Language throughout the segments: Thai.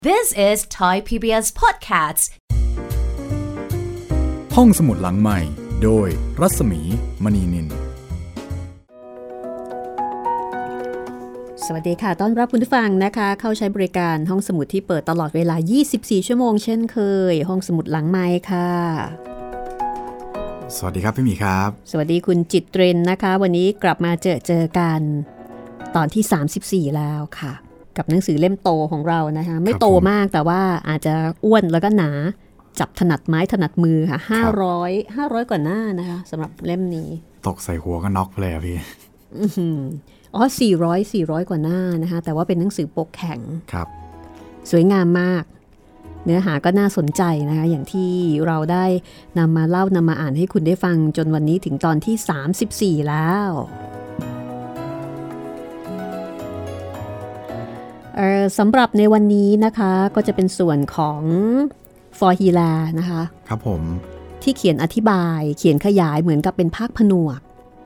This is Thai PBS Podcast ห้องสมุดหลังใหม่โดยรัศมีมณีนินสวัสดีค่ะต้อนรับคุณผู้ฟังนะคะเข้าใช้บริการห้องสมุดที่เปิดตลอดเวลา24ชั่วโมงเช่นเคยห้องสมุดหลังไมค์ค่ะสวัสดีครับพี่หมีครับสวัสดีคุณจิตเรนนะคะวันนี้กลับมาเจอกันตอนที่34แล้วค่ะกับหนังสือเล่มโตของเรานะคะไม่โตมากแต่ว่าอาจจะอ้วนแล้วก็หนาจับถนัดไม้ถนัดมือค่ะ500กว่าหน้านะคะสำหรับเล่มนี้ตกใส่หัวก็น็อกเลยอะพี่อ๋อ400กว่าหน้านะคะแต่ว่าเป็นหนังสือปกแข็งครับสวยงามมากเนื้อหาก็น่าสนใจนะคะอย่างที่เราได้นำมาเล่านำมาอ่านให้คุณได้ฟังจนวันนี้ถึงตอนที่34แล้วสำหรับในวันนี้นะคะก็จะเป็นส่วนของฟอร์ฮีลานะคะครับผมที่เขียนอธิบายเขียนขยายเหมือนกับเป็นภาคผนวก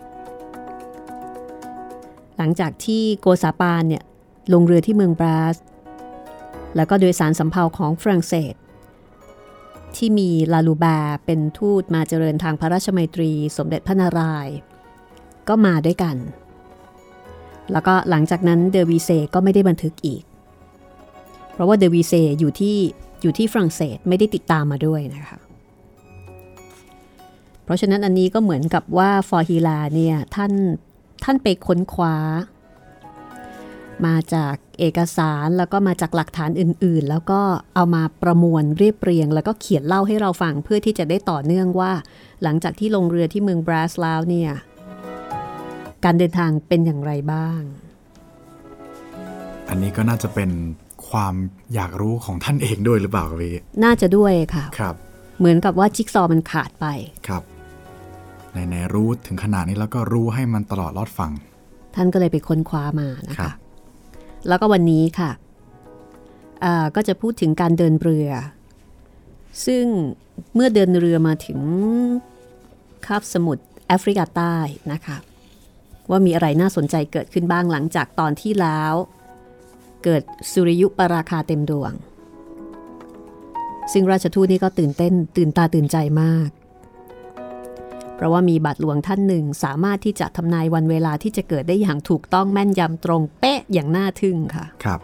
หลังจากที่โกซาปานเนี่ยลงเรือที่เมืองบราสแล้วก็โดยสารสำเภาของฝรั่งเศสที่มีลาลูบาเป็นทูตมาเจริญทางพระราชมัยตรีสมเด็จพระนารายณ์ก็มาด้วยกันแล้วก็หลังจากนั้นเดอวีเซก็ไม่ได้บันทึกอีกเพราะว่าเดอวีเซอยู่ที่ฝรั่งเศสไม่ได้ติดตามมาด้วยนะคะเพราะฉะนั้นอันนี้ก็เหมือนกับว่าฟอร์ฮีลาเนี่ยท่านไปค้นคว้ามาจากเอกสารแล้วก็มาจากหลักฐานอื่นๆแล้วก็เอามาประมวลเรียบเรียงแล้วก็เขียนเล่าให้เราฟังเพื่อที่จะได้ต่อเนื่องว่าหลังจากที่ลงเรือที่เมืองบราสแล้วเนี่ยการเดินทางเป็นอย่างไรบ้างอันนี้ก็น่าจะเป็นความอยากรู้ของท่านเองด้วยหรือเปล่าครับพี่น่าจะด้วยค่ะครับเหมือนกับว่าจิ๊กซอว์มันขาดไปครับในรู้ถึงขนาดนี้แล้วก็รู้ให้มันตลอดรอดฝั่งท่านก็เลยไปค้นคว้ามานะคะแล้วก็วันนี้ค่ะก็จะพูดถึงการเดินเรือซึ่งเมื่อเดินเรือมาถึงคาบสมุทรแอฟริกาใต้นะคะว่ามีอะไรน่าสนใจเกิดขึ้นบ้างหลังจากตอนที่แล้วเกิดสุริยุปราคาเต็มดวงซึ่งราชทูตนี่ก็ตื่นเต้นตื่นตาตื่นใจมากเพราะว่ามีบาทหลวงท่านหนึ่งสามารถที่จะทำนายวันเวลาที่จะเกิดได้อย่างถูกต้องแม่นยำตรงเป๊ะอย่างน่าทึ่งค่ะครับ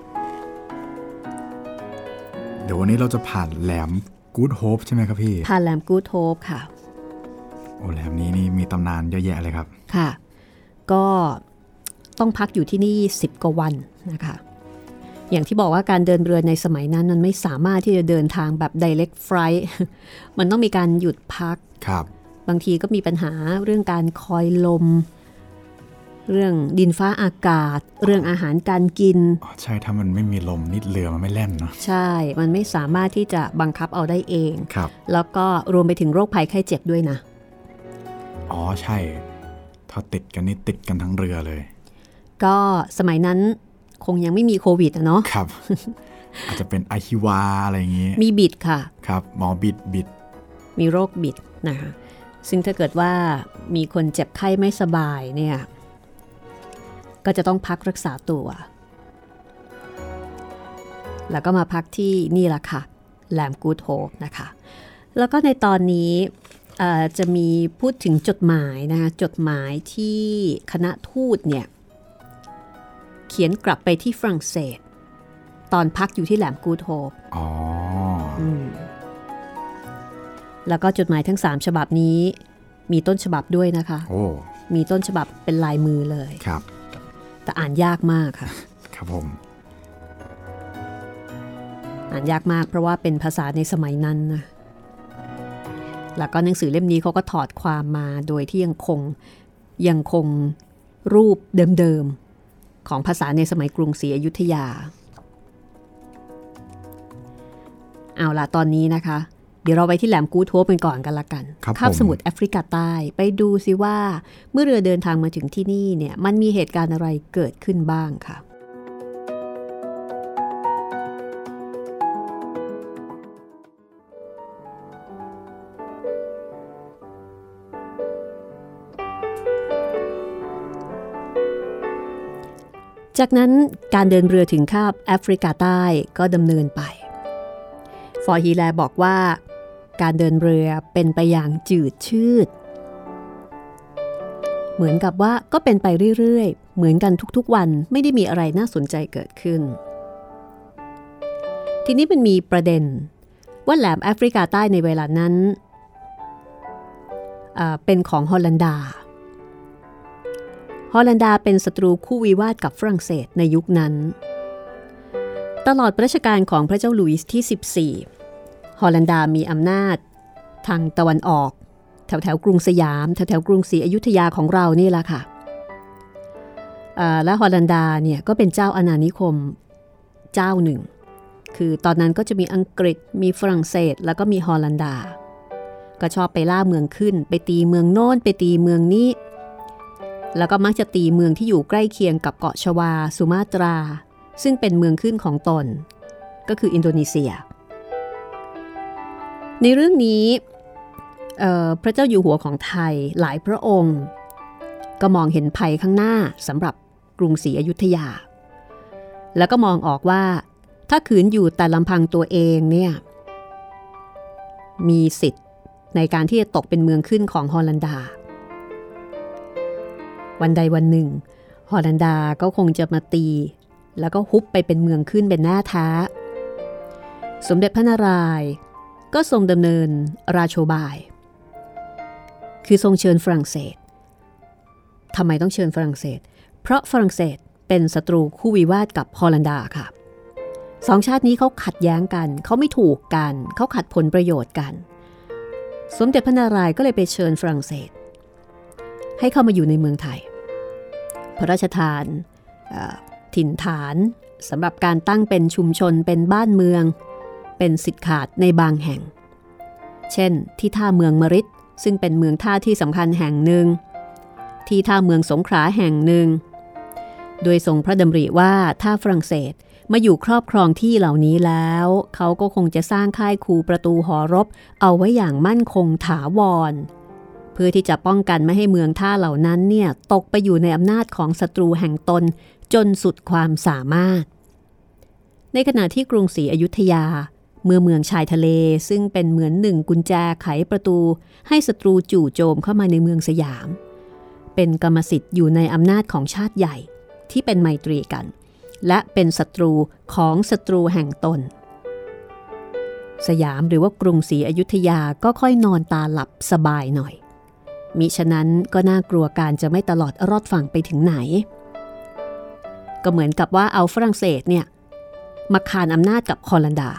เดี๋ยววันนี้เราจะผ่านแหลมกู๊ดโฮปใช่ไหมครับพี่ผ่านแหลมกู๊ดโฮปค่ะโอ้แหลมนี้นี่มีตำนานเยอะแยะเลยครับค่ะก็ต้องพักอยู่ที่นี่10กว่าวันนะคะอย่างที่บอกว่าการเดินเรือในสมัยนั้นมันไม่สามารถที่จะเดินทางแบบ direct flight มันต้องมีการหยุดพักครับบางทีก็มีปัญหาเรื่องการคอยลมเรื่องดินฟ้าอากาศเรื่องอาหารการกินใช่ถ้ามันไม่มีลมนิดเรือมันไม่แล่นเนาะใช่มันไม่สามารถที่จะบังคับเอาได้เองครับแล้วก็รวมไปถึงโรคภัยไข้เจ็บด้วยนะอ๋อใช่ถ้าติดกันนี่ติดกันทั้งเรือเลยก็สมัยนั้นคงยังไม่มีโควิดอะเนาะครับ อาจจะเป็นอะฮิวาอะไรอย่างงี้มีบิดค่ะครับหมอบิดมีโรคบิดนะคะซึ่งถ้าเกิดว่ามีคนเจ็บไข้ไม่สบายเนี่ยก็จะต้องพักรักษาตัวแล้วก็มาพักที่นี่ละค่ะแหลมกู๊ดโฮปนะคะแล้วก็ในตอนนี้จะมีพูดถึงจดหมายนะคะจดหมายที่คณะทูตเนี่ยเขียนกลับไปที่ฝรั่งเศสตอนพักอยู่ที่แหลมกู๊ดโฮปแล้วก็จดหมายทั้ง3ฉบับนี้มีต้นฉบับด้วยนะคะมีต้นฉบับเป็นลายมือเลยครับแต่อ่านยากมากค่ะครับผมอ่านยากมากเพราะว่าเป็นภาษาในสมัยนั้นนะแล้วก็หนังสือเล่มนี้เขาก็ถอดความมาโดยที่ยังคงรูปเดิมๆของภาษาในสมัยกรุงศรีอยุธยาเอาล่ะตอนนี้นะคะเดี๋ยวเราไปที่แหลมกู๊ดโฮปกันก่อนกันละกันคาบสมุทรแอฟริกาใต้ไปดูซิว่าเมื่อเรือเดินทางมาถึงที่นี่เนี่ยมันมีเหตุการณ์อะไรเกิดขึ้นบ้างค่ะจากนั้นการเดินเรือถึงคาบแอฟริกาใต้ก็ดำเนินไปฟอร์ฮีแลบอกว่าการเดินเรือเป็นไปอย่างจืดชืดเหมือนกับว่าก็เป็นไปเรื่อยๆเหมือนกันทุกๆวันไม่ได้มีอะไรน่าสนใจเกิดขึ้นทีนี้มันมีประเด็นว่าแหลมแอฟริกาใต้ในเวลานั้นเป็นของฮอลันดาเป็นศัตรูคู่วิวาทกับฝรั่งเศสในยุคนั้นตลอดรัชกาลของพระเจ้าหลุยส์ที่14ฮอลันดามีอำนาจทางตะวันออกแถวกรุงสยามแถวกรุงศรีอยุธยาของเรานี่แหละค่ะและฮอลันดาเนี่ยก็เป็นเจ้าอาณานิคมเจ้าหนึ่งคือตอนนั้นก็จะมีอังกฤษมีฝรั่งเศสแล้วก็มีฮอลันดาก็ชอบไปล่าเมืองขึ้นไปตีเมืองโน้นไปตีเมืองนี้แล้วก็มักจะตีเมืองที่อยู่ใกล้เคียงกับเกาะชวาสุมาตราซึ่งเป็นเมืองขึ้นของตนก็คืออินโดนีเซียในเรื่องนี้พระเจ้าอยู่หัวของไทยหลายพระองค์ก็มองเห็นภัยข้างหน้าสำหรับกรุงศรีอยุธยาแล้วก็มองออกว่าถ้าขืนอยู่แต่ลำพังตัวเองเนี่ยมีสิทธิ์ในการที่จะตกเป็นเมืองขึ้นของฮอลันดาวันใดวันหนึ่งฮอลันดาก็คงจะมาตีแล้วก็ฮุบไปเป็นเมืองขึ้นเป็นแน่แท้สมเด็จพระนารายณ์ก็ทรงดำเนินราโชบายคือทรงเชิญฝรั่งเศสทำไมต้องเชิญฝรั่งเศสเพราะฝรั่งเศสเป็นศัตรูคู่วิวาทกับฮอลันดาค่ะสองชาตินี้เขาขัดแย้งกันเขาไม่ถูกกันเขาขัดผลประโยชน์กันสมเด็จพระนารายณ์ก็เลยไปเชิญฝรั่งเศสให้เข้ามาอยู่ในเมืองไทยพระราชทานถิ่นฐานสำหรับการตั้งเป็นชุมชนเป็นบ้านเมืองเป็นสิทธิ์ขาดในบางแห่งเช่นที่ท่าเมืองมฤตซึ่งเป็นเมืองท่าที่สำคัญแห่งหนึ่งที่ท่าเมืองสงขลาแห่งหนึ่งโดยทรงพระดำริว่าถ้าฝรั่งเศสมาอยู่ครอบครองที่เหล่านี้แล้วเขาก็คงจะสร้างค่ายคูประตูหอรบเอาไว้อย่างมั่นคงถาวรเพื่อที่จะป้องกันไม่ให้เมืองท่าเหล่านั้นเนี่ยตกไปอยู่ในอำนาจของศัตรูแห่งตนจนสุดความสามารถในขณะที่กรุงศรีอยุธยาเมืองชายทะเลซึ่งเป็นเหมือนหนึ่งกุญแจไขประตูให้ศัตรูจู่โจมเข้ามาในเมืองสยามเป็นกรรมสิทธิ์อยู่ในอำนาจของชาติใหญ่ที่เป็นไมตรีกันและเป็นศัตรูของศัตรูแห่งตนสยามหรือว่ากรุงศรีอยุธยาก็ค่อยนอนตาหลับสบายหน่อยมิฉะนั้นก็น่ากลัวการจะไม่ตลอดรอดฝั่งไปถึงไหนก็เหมือนกับว่าเอาฝรั่งเศสเนี่ยมาคานอำนาจกับฮอลันดา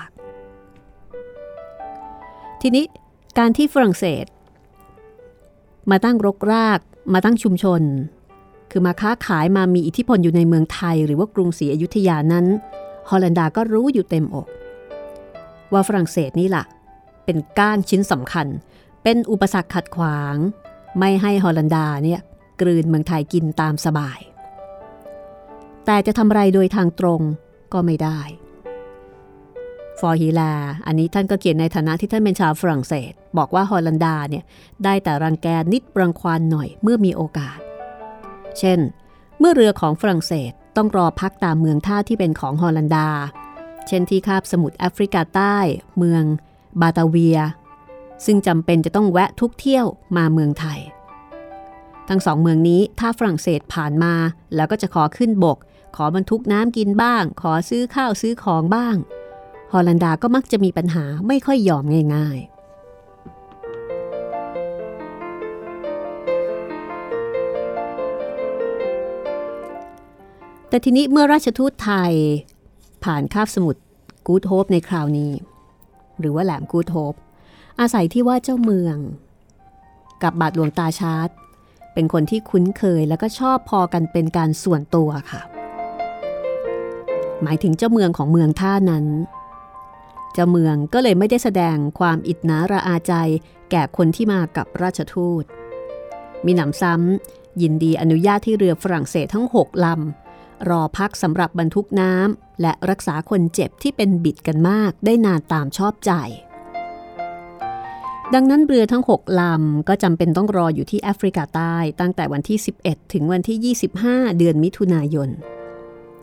ทีนี้การที่ฝรั่งเศสมาตั้งรกรากมาตั้งชุมชนคือมาค้าขายมามีอิทธิพลอยู่ในเมืองไทยหรือว่ากรุงศรีอยุธยานั้นฮอลันดาก็รู้อยู่เต็มอกว่าฝรั่งเศสนี่ล่ะเป็นก้านชิ้นสำคัญเป็นอุปสรรคขัดขวางไม่ให้ฮอลันดาเนี่ยกลืนเมืองไทยกินตามสบายแต่จะทำไรโดยทางตรงก็ไม่ได้ฟอร์ฮีแลอันนี้ท่านก็เขียนในฐานะที่ท่านเป็นชาวฝรั่งเศสบอกว่าฮอลันดาเนี่ยได้แต่รังแกนิดรังควานหน่อยเมื่อมีโอกาสเช่นเมื่อเรือของฝรั่งเศสต้องรอพักตามเมืองท่าที่เป็นของฮอลันดาเช่นที่คาบสมุทรแอฟริกาใต้เมืองบาตาเวียซึ่งจำเป็นจะต้องแวะทุกเที่ยวมาเมืองไทยทั้งสองเมืองนี้ถ้าฝรั่งเศสผ่านมาแล้วก็จะขอขึ้นบกขอบรรทุกน้ำกินบ้างขอซื้อข้าวซื้อของบ้างฮอลันดาก็มักจะมีปัญหาไม่ค่อยยอมง่ายๆแต่ทีนี้เมื่อราชทูตไทยผ่านคาบสมุทรกู๊ดโฮปในคราวนี้หรือว่าแหลมกู๊ดโฮปอาศัยที่ว่าเจ้าเมืองกับบาทหลวงตาชาร์ตเป็นคนที่คุ้นเคยแล้วก็ชอบพอกันเป็นการส่วนตัวค่ะหมายถึงเจ้าเมืองของเมืองท่านั้นเจ้าเมืองก็เลยไม่ได้แสดงความอิจฉาระอาใจแก่คนที่มากับราชทูตมีหนำซ้ำยินดีอนุญาตที่เรือฝรั่งเศสทั้ง6ลำรอพักสำหรับบรรทุกน้ำและรักษาคนเจ็บที่เป็นบิดกันมากได้นานตามชอบใจดังนั้นเรือทั้ง6ลำก็จำเป็นต้องรออยู่ที่แอฟริกาใต้ตั้งแต่วันที่11ถึงวันที่25เดือนมิถุนายน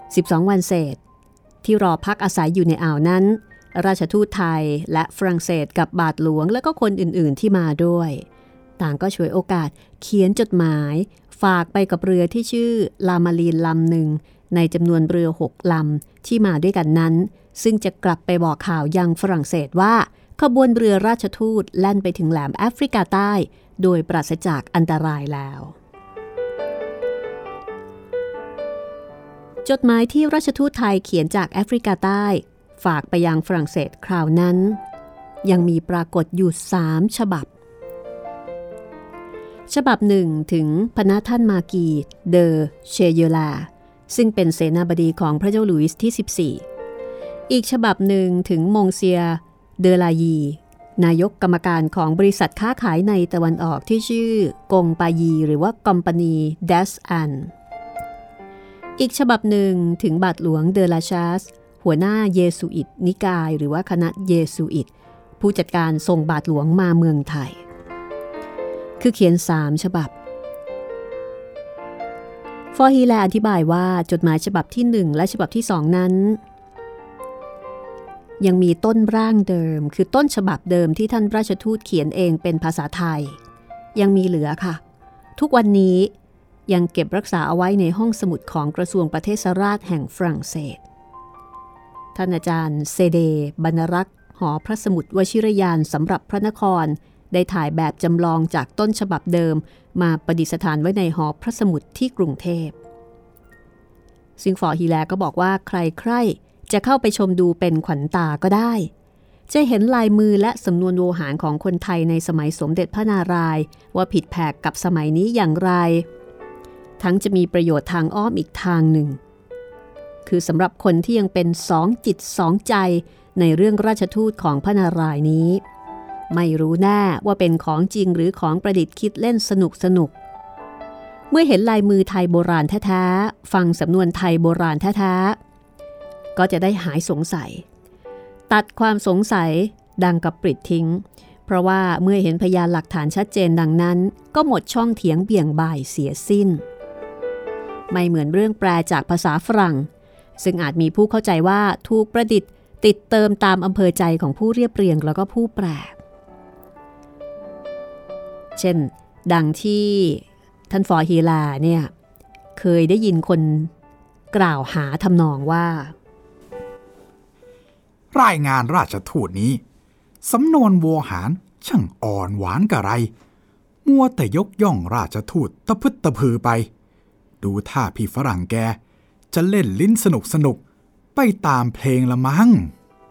12 วันเศษที่รอพักอาศัยอยู่ในอ่าวนั้นราชทูตไทยและฝรั่งเศสกับบาทหลวงและก็คนอื่นๆที่มาด้วยต่างก็ฉวยโอกาสเขียนจดหมายฝากไปกับเรือที่ชื่อลามารีนลำหนึ่งในจำนวนเรือ6 ลำที่มาด้วยกันนั้นซึ่งจะกลับไปบอกข่าวยังฝรั่งเศสว่าขบวนเรือราชทูตแล่นไปถึงแหลมแอฟริกาใต้โดยปราศจากอันตรายแล้วจดหมายที่ราชทูตไทยเขียนจากแอฟริกาใต้ฝากไปยังฝรั่งเศสคราวนั้นยังมีปรากฏอยู่3 ฉบับฉบับหนึ่งถึงพระท่านมากีเดอเชเยลาซึ่งเป็นเสนาบดีของพระเจ้าหลุยส์ที่14อีกฉบับหนึ่งถึงมงเซียเดอลายีนายกกรรมการของบริษัทค้าขายในตะวันออกที่ชื่อกงปายีหรือว่าคอมพานีเดสอันอีกฉบับหนึ่งถึงบาทหลวงเดอลาชาสหัวหน้าเยซูอิตนิกายหรือว่าคณะเยซูอิตผู้จัดการส่งบาทหลวงมาเมืองไทยคือเขียน3 ฉบับฟอฮีแลอธิบายว่าจดหมายฉบับที่1และฉบับที่2นั้นยังมีต้นร่างเดิมคือต้นฉบับเดิมที่ท่านราชทูตเขียนเองเป็นภาษาไทยยังมีเหลือค่ะทุกวันนี้ยังเก็บรักษาเอาไว้ในห้องสมุดของกระทรวงประเทศราชแห่งฝรั่งเศสท่านอาจารย์เซเดบรรณรักษ์หอพระสมุดวชิรยานสำหรับพระนครได้ถ่ายแบบจำลองจากต้นฉบับเดิมมาประดิษฐานไว้ในหอพระสมุดที่กรุงเทพซึ่งฟอฮีแลก็บอกว่าใครๆจะเข้าไปชมดูเป็นขวัญตาก็ได้จะเห็นลายมือและสำนวนโวหารของคนไทยในสมัยสมเด็จพระนารายณ์ว่าผิดแผกกับสมัยนี้อย่างไรทั้งจะมีประโยชน์ทางอ้อมอีกทางหนึ่งคือสำหรับคนที่ยังเป็น2 จิต 2 ใจในเรื่องราชทูตของพระนารายณ์นี้ไม่รู้แน่ว่าเป็นของจริงหรือของประดิษฐ์คิดเล่นสนุกเมื่อเห็นลายมือไทยโบราณแท้ๆฟังสำนวนไทยโบราณแท้ๆก็จะได้หายสงสัยตัดความสงสัยดังกับปลิดทิ้งเพราะว่าเมื่อเห็นพยานหลักฐานชัดเจนดังนั้นก็หมดช่องเถียงเบี่ยงบ่ายเสียสิ้นไม่เหมือนเรื่องแปลจากภาษาฝรั่งซึ่งอาจมีผู้เข้าใจว่าถูกประดิษฐ์ติดเติมตามอำเภอใจของผู้เรียบเรียงแล้วก็ผู้แปลเช่นดังที่ท่านฟอฮีลาเนี่ยเคยได้ยินคนกล่าวหาทำนองว่ารายงานราชทูตนี้สำนวนโวหารช่างอ่อนหวานกะไรมัวแต่ยกย่องราชทูตตะพึดตะพือไปดูท่าพี่ฝรั่งแกจะเล่นลิ้นสนุกไปตามเพลงละมั้ง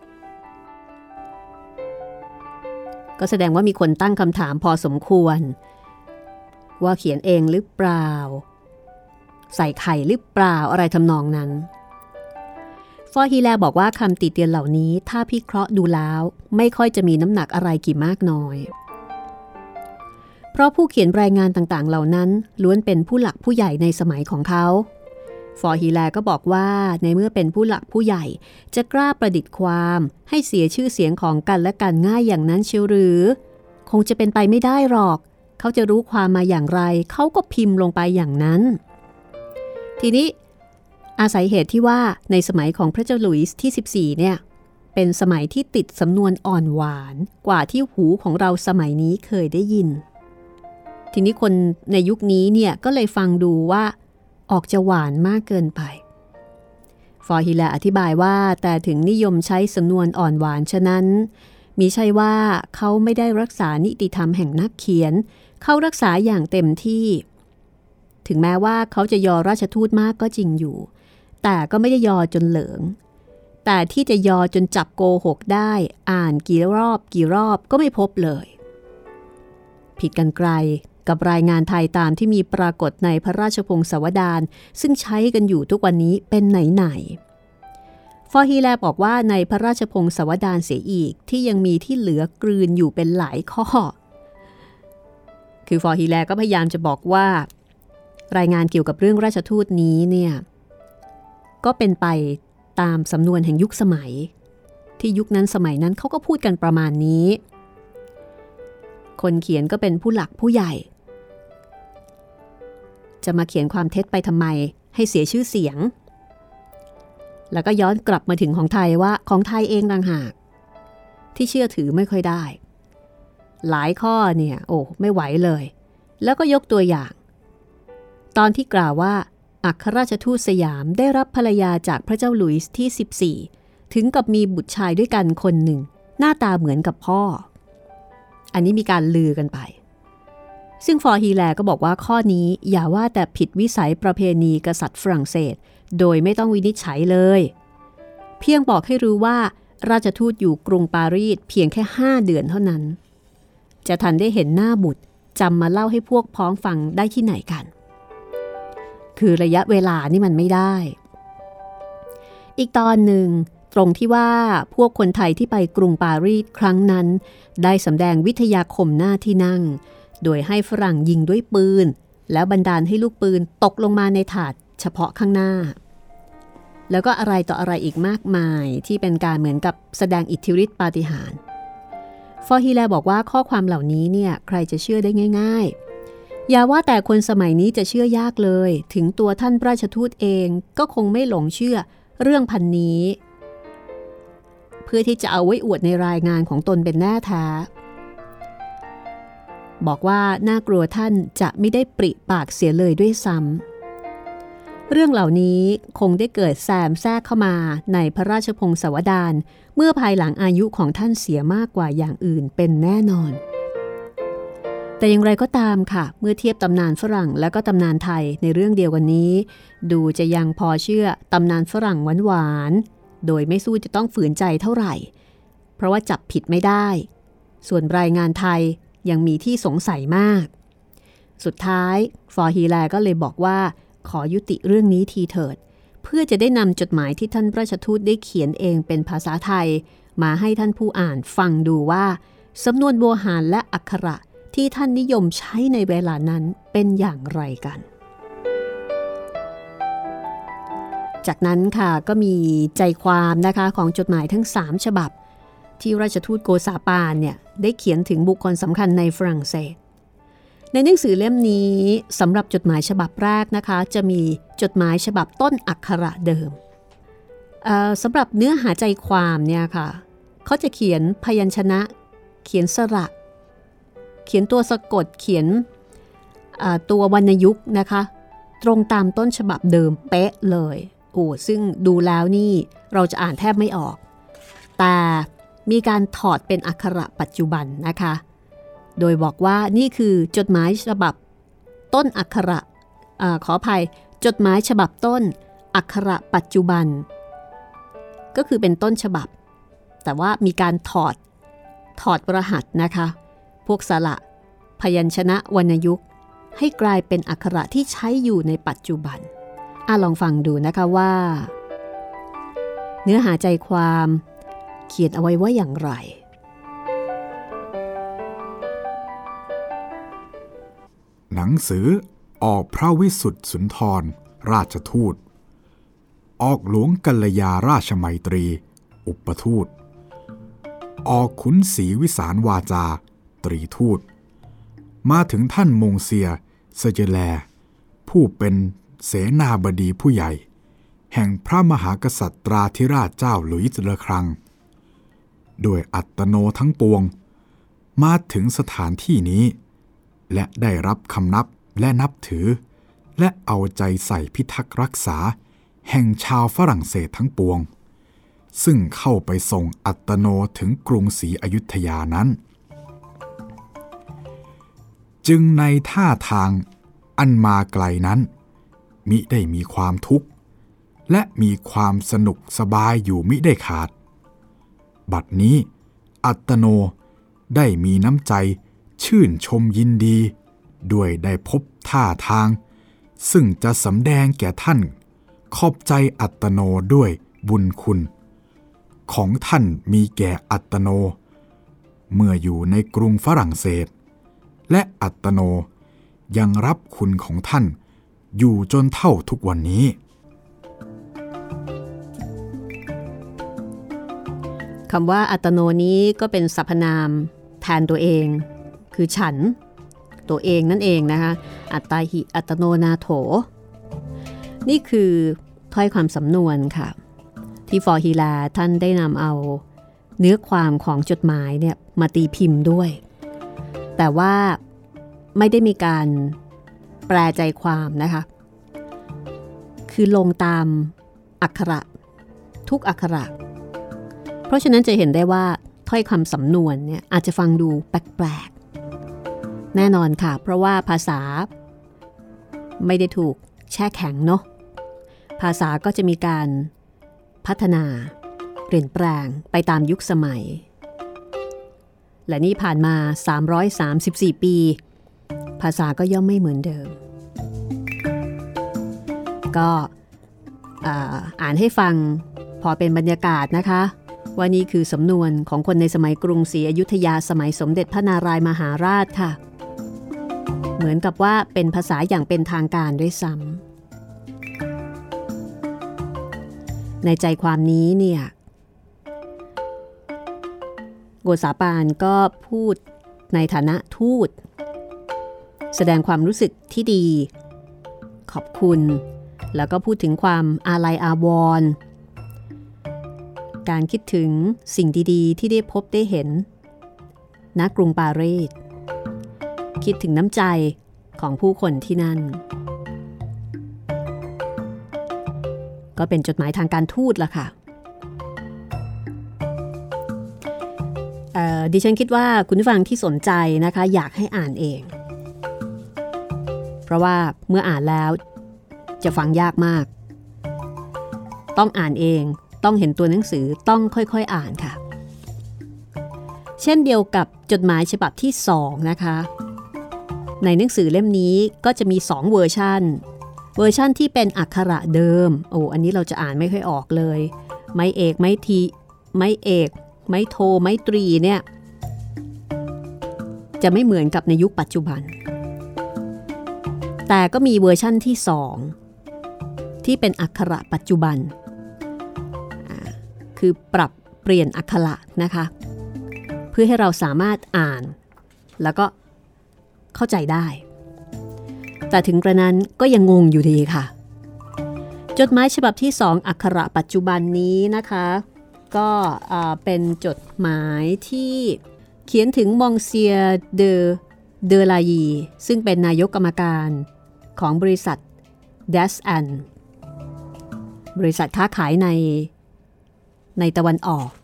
ก็แสดงว่ามีคนตั้งคำถามพอสมควรว่าเขียนเองหรือเปล่าใส่ไข่หรือเปล่าอะไรทำนองนั้นฟอฮีแลบอกว่าคำติเตียนเหล่านี้ถ้าพิเคราะห์ดูแล้วไม่ค่อยจะมีน้ำหนักอะไรกี่มากน้อยเพราะผู้เขียนรายงานต่างๆเหล่านั้นล้วนเป็นผู้หลักผู้ใหญ่ในสมัยของเขาฟอฮีแลก็บอกว่าในเมื่อเป็นผู้หลักผู้ใหญ่จะกล้าประดิษฐ์ความให้เสียชื่อเสียงของกันและกันง่ายอย่างนั้นเชียวหรือคงจะเป็นไปไม่ได้หรอกเขาจะรู้ความมาอย่างไรเขาก็พิมพ์ลงไปอย่างนั้นทีนี้อาศัยเหตุที่ว่าในสมัยของพระเจ้าหลุยส์ที่14เนี่ยเป็นสมัยที่ติดสำนวนอ่อนหวานกว่าที่หูของเราสมัยนี้เคยได้ยินทีนี้คนในยุคนี้เนี่ยก็เลยฟังดูว่าออกจะหวานมากเกินไปฟอฮีแลอธิบายว่าแต่ถึงนิยมใช้สำนวนอ่อนหวานฉะนั้นมิใช่ว่าเขาไม่ได้รักษานิติธรรมแห่งนักเขียนเขารักษาอย่างเต็มที่ถึงแม้ว่าเขาจะยอราชทูตมากก็จริงอยู่แต่ก็ไม่ได้ยอจนเหลิงแต่ที่จะยอจนจับโกหกได้อ่านกี่รอบก็ไม่พบเลยผิดกันไกลกับรายงานไทยตามที่มีปรากฏในพระราชพงศาวดารซึ่งใช้กันอยู่ทุกวันนี้เป็นไหนฟอฮีแลบอกว่าในพระราชพงศาวดารเสียอีกที่ยังมีที่เหลือกลืนอยู่เป็นหลายข้อคือฟอฮีแลก็พยายามจะบอกว่ารายงานเกี่ยวกับเรื่องราชทูตนี้เนี่ยก็เป็นไปตามสำนวนแห่งยุคสมัยที่ยุคนั้นสมัยนั้นเขาก็พูดกันประมาณนี้คนเขียนก็เป็นผู้หลักผู้ใหญ่จะมาเขียนความเท็จไปทำไมให้เสียชื่อเสียงแล้วก็ย้อนกลับมาถึงของไทยว่าของไทยเองต่างหากที่เชื่อถือไม่ค่อยได้หลายข้อเนี่ยไม่ไหวเลยแล้วก็ยกตัวอย่างตอนที่กล่าวว่าอัครราชทูตสยามได้รับภรรยาจากพระเจ้าหลุยส์ที่14ถึงกับมีบุตรชายด้วยกันคนหนึ่งหน้าตาเหมือนกับพ่ออันนี้มีการลือกันไปซึ่งฟอร์ฮีแลก็บอกว่าข้อนี้อย่าว่าแต่ผิดวิสัยประเพณีกษัตริย์ฝรั่งเศสโดยไม่ต้องวินิจฉัยเลยเพียงบอกให้รู้ว่าราชทูตอยู่กรุงปารีสเพียงแค่5 เดือนเท่านั้นจะทันได้เห็นหน้าบุตรจำมาเล่าให้พวกพ้องฟังได้ที่ไหนกันคือระยะเวลานี่มันไม่ได้อีกตอนหนึ่งตรงที่ว่าพวกคนไทยที่ไปกรุงปารีสครั้งนั้นได้สำแดงวิทยาคมหน้าที่นั่งโดยให้ฝรั่งยิงด้วยปืนแล้วบันดาลให้ลูกปืนตกลงมาในถาดเฉพาะข้างหน้าแล้วก็อะไรต่ออะไรอีกมากมายที่เป็นการเหมือนกับแสดงอิทธิฤทธิปาฏิหาริย์ฟอร์ฮีแลบอกว่าข้อความเหล่านี้เนี่ยใครจะเชื่อได้ง่ายๆอย่าว่าแต่คนสมัยนี้จะเชื่อยากเลยถึงตัวท่านราชทูตเองก็คงไม่หลงเชื่อเรื่องพันนี้เพื่อที่จะเอาไว้อวดในรายงานของตนเป็นแน่แท้บอกว่าน่ากลัวท่านจะไม่ได้ปริปากเสียเลยด้วยซ้ำเรื่องเหล่านี้คงได้เกิดแซมแทรกเข้ามาในพระราชพงศาวดารเมื่อภายหลังอายุของท่านเสียมากกว่าอย่างอื่นเป็นแน่นอนแต่อย่างไรก็ตามค่ะเมื่อเทียบตำนานฝรั่งและก็ตำนานไทยในเรื่องเดียวกันนี้ดูจะยังพอเชื่อตำนานฝรั่งหวานๆโดยไม่สู้จะต้องฝืนใจเท่าไหร่เพราะว่าจับผิดไม่ได้ส่วนรายงานไทยยังมีที่สงสัยมากสุดท้ายฟอร์ฮีแลก็เลยบอกว่าขอยุติเรื่องนี้ทีเถิดเพื่อจะได้นำจดหมายที่ท่านราชทูตได้เขียนเองเป็นภาษาไทยมาให้ท่านผู้อ่านฟังดูว่าสำนวนโบราณและอักขระที่ท่านนิยมใช้ในเวลานั้นเป็นอย่างไรกันจากนั้นค่ะก็มีใจความนะคะของจดหมายทั้ง3ฉบับที่ราชทูตโกซาปานเนี่ยได้เขียนถึงบุคคลสำคัญในฝรั่งเศสในหนังสือเล่มนี้สำหรับจดหมายฉบับแรกนะคะจะมีจดหมายฉบับต้นอักขระเดิมสำหรับเนื้อหาใจความเนี่ยค่ะเขาจะเขียนพยัญชนะเขียนสระเขียนตัวสะกดเขียนตัววรรณยุกต์นะคะตรงตามต้นฉบับเดิมเป๊ะเลยซึ่งดูแล้วนี่เราจะอ่านแทบไม่ออกแต่มีการถอดเป็นอักขระปัจจุบันนะคะโดยบอกว่านี่คือจดหมายฉบับต้นอักขระขออภัยจดหมายฉบับต้นอักขระปัจจุบันก็คือเป็นต้นฉบับแต่ว่ามีการถอดรหัสนะคะพวกสระพยัญชนะวรรณยุกต์ให้กลายเป็นอักขระที่ใช้อยู่ในปัจจุบันลองฟังดูนะคะว่าเนื้อหาใจความเขียนเอาไว้ว่าอย่างไรหนังสือออกพระวิสุทธิสุนทรราชทูตออกหลวงกัลยาราชมัยตรีอุปทูตออกขุนศรีวิสารวาจาตรีทูตมาถึงท่านมงเซียเซเจแลผู้เป็นเสนาบดีผู้ใหญ่แห่งพระมหากษัตริย์ธิราชเจ้าหลุยส์ระฆังด้วยอัตโนทั้งปวงมาถึงสถานที่นี้และได้รับคำนับและนับถือและเอาใจใส่พิทักษ์รักษาแห่งชาวฝรั่งเศสทั้งปวงซึ่งเข้าไปส่งอัตโนถึงกรุงศรีอยุธยานั้นจึงในท่าทางอันมาไกลนั้นมิได้มีความทุกข์และมีความสนุกสบายอยู่มิได้ขาดบัดนี้อัตโนได้มีน้ำใจชื่นชมยินดีด้วยได้พบท่าทางซึ่งจะสำแดงแก่ท่านขอบใจอัตโนด้วยบุญคุณของท่านมีแก่อัตโนเมื่ออยู่ในกรุงฝรั่งเศสและอัตโนยังรับคุณของท่านอยู่จนเท่าทุกวันนี้คำว่าอัตโนนี้ก็เป็นสรรพนามแทนตัวเองคือฉันตัวเองนั่นเองนะคะอัตตาหิอัตโนนาโถนี่คือถ้อยความสำนวนค่ะที่ฟอร์ฮีลาท่านได้นำเอาเนื้อความของจดหมายเนี่ยมาตีพิมพ์ด้วยแต่ว่าไม่ได้มีการแปลใจความนะคะคือลงตามอักขระทุกอักขระเพราะฉะนั้นจะเห็นได้ว่าถ้อยคำสำนวนเนี่ยอาจจะฟังดูแปลกๆแน่นอนค่ะเพราะว่าภาษาไม่ได้ถูกแช่แข็งเนาะภาษาก็จะมีการพัฒนาเปลี่ยนแปลงไปตามยุคสมัยและนี่ผ่านมา334ปีภาษาก็ย่อมไม่เหมือนเดิมก็อ่านให้ฟังพอเป็นบรรยากาศนะคะว่านี่คือสำนวนของคนในสมัยกรุงศรีอยุธยาสมัยสมเด็จพระนารายมหาราชค่ะเหมือนกับว่าเป็นภาษาอย่างเป็นทางการด้วยซ้ำในใจความนี้เนี่ยโกษาปานก็พูดในฐานะทูตแสดงความรู้สึกที่ดีขอบคุณแล้วก็พูดถึงความอาลัยอาวรณ์การคิดถึงสิ่งดีๆที่ได้พบได้เห็นณกรุงปารีสคิดถึงน้ำใจของผู้คนที่นั่นก็เป็นจดหมายทางการทูตล่ะค่ะดิฉันคิดว่าคุณผู้ฟังที่สนใจนะคะอยากให้อ่านเองเพราะว่าเมื่ออ่านแล้วจะฟังยากมากต้องอ่านเองต้องเห็นตัวหนังสือต้องค่อยๆอ่านค่ะเช่นเดียวกับจดหมายฉบับที่2นะคะในหนังสือเล่มนี้ก็จะมี2เวอร์ชันที่เป็นอักขระเดิมอันนี้เราจะอ่านไม่ค่อยออกเลยไม้เอกไม้ทีไม้เอกไม้โทไม้ตรีเนี่ยจะไม่เหมือนกับในยุคปัจจุบันแต่ก็มีเวอร์ชั่นที่2ที่เป็นอักขระปัจจุบันคือปรับเปลี่ยนอักขระนะคะเพื่อให้เราสามารถอ่านแล้วก็เข้าใจได้แต่ถึงกระนั้นก็ยังงงอยู่ดีค่ะจดหมายฉบับที่2อักขระปัจจุบันนี้นะคะก็เป็นจดหมายที่เขียนถึงมองเซียเดอลายีซึ่งเป็นนายกกรรมการของบริษัทเดสแอนบริษัทค้าขายในตะวันออก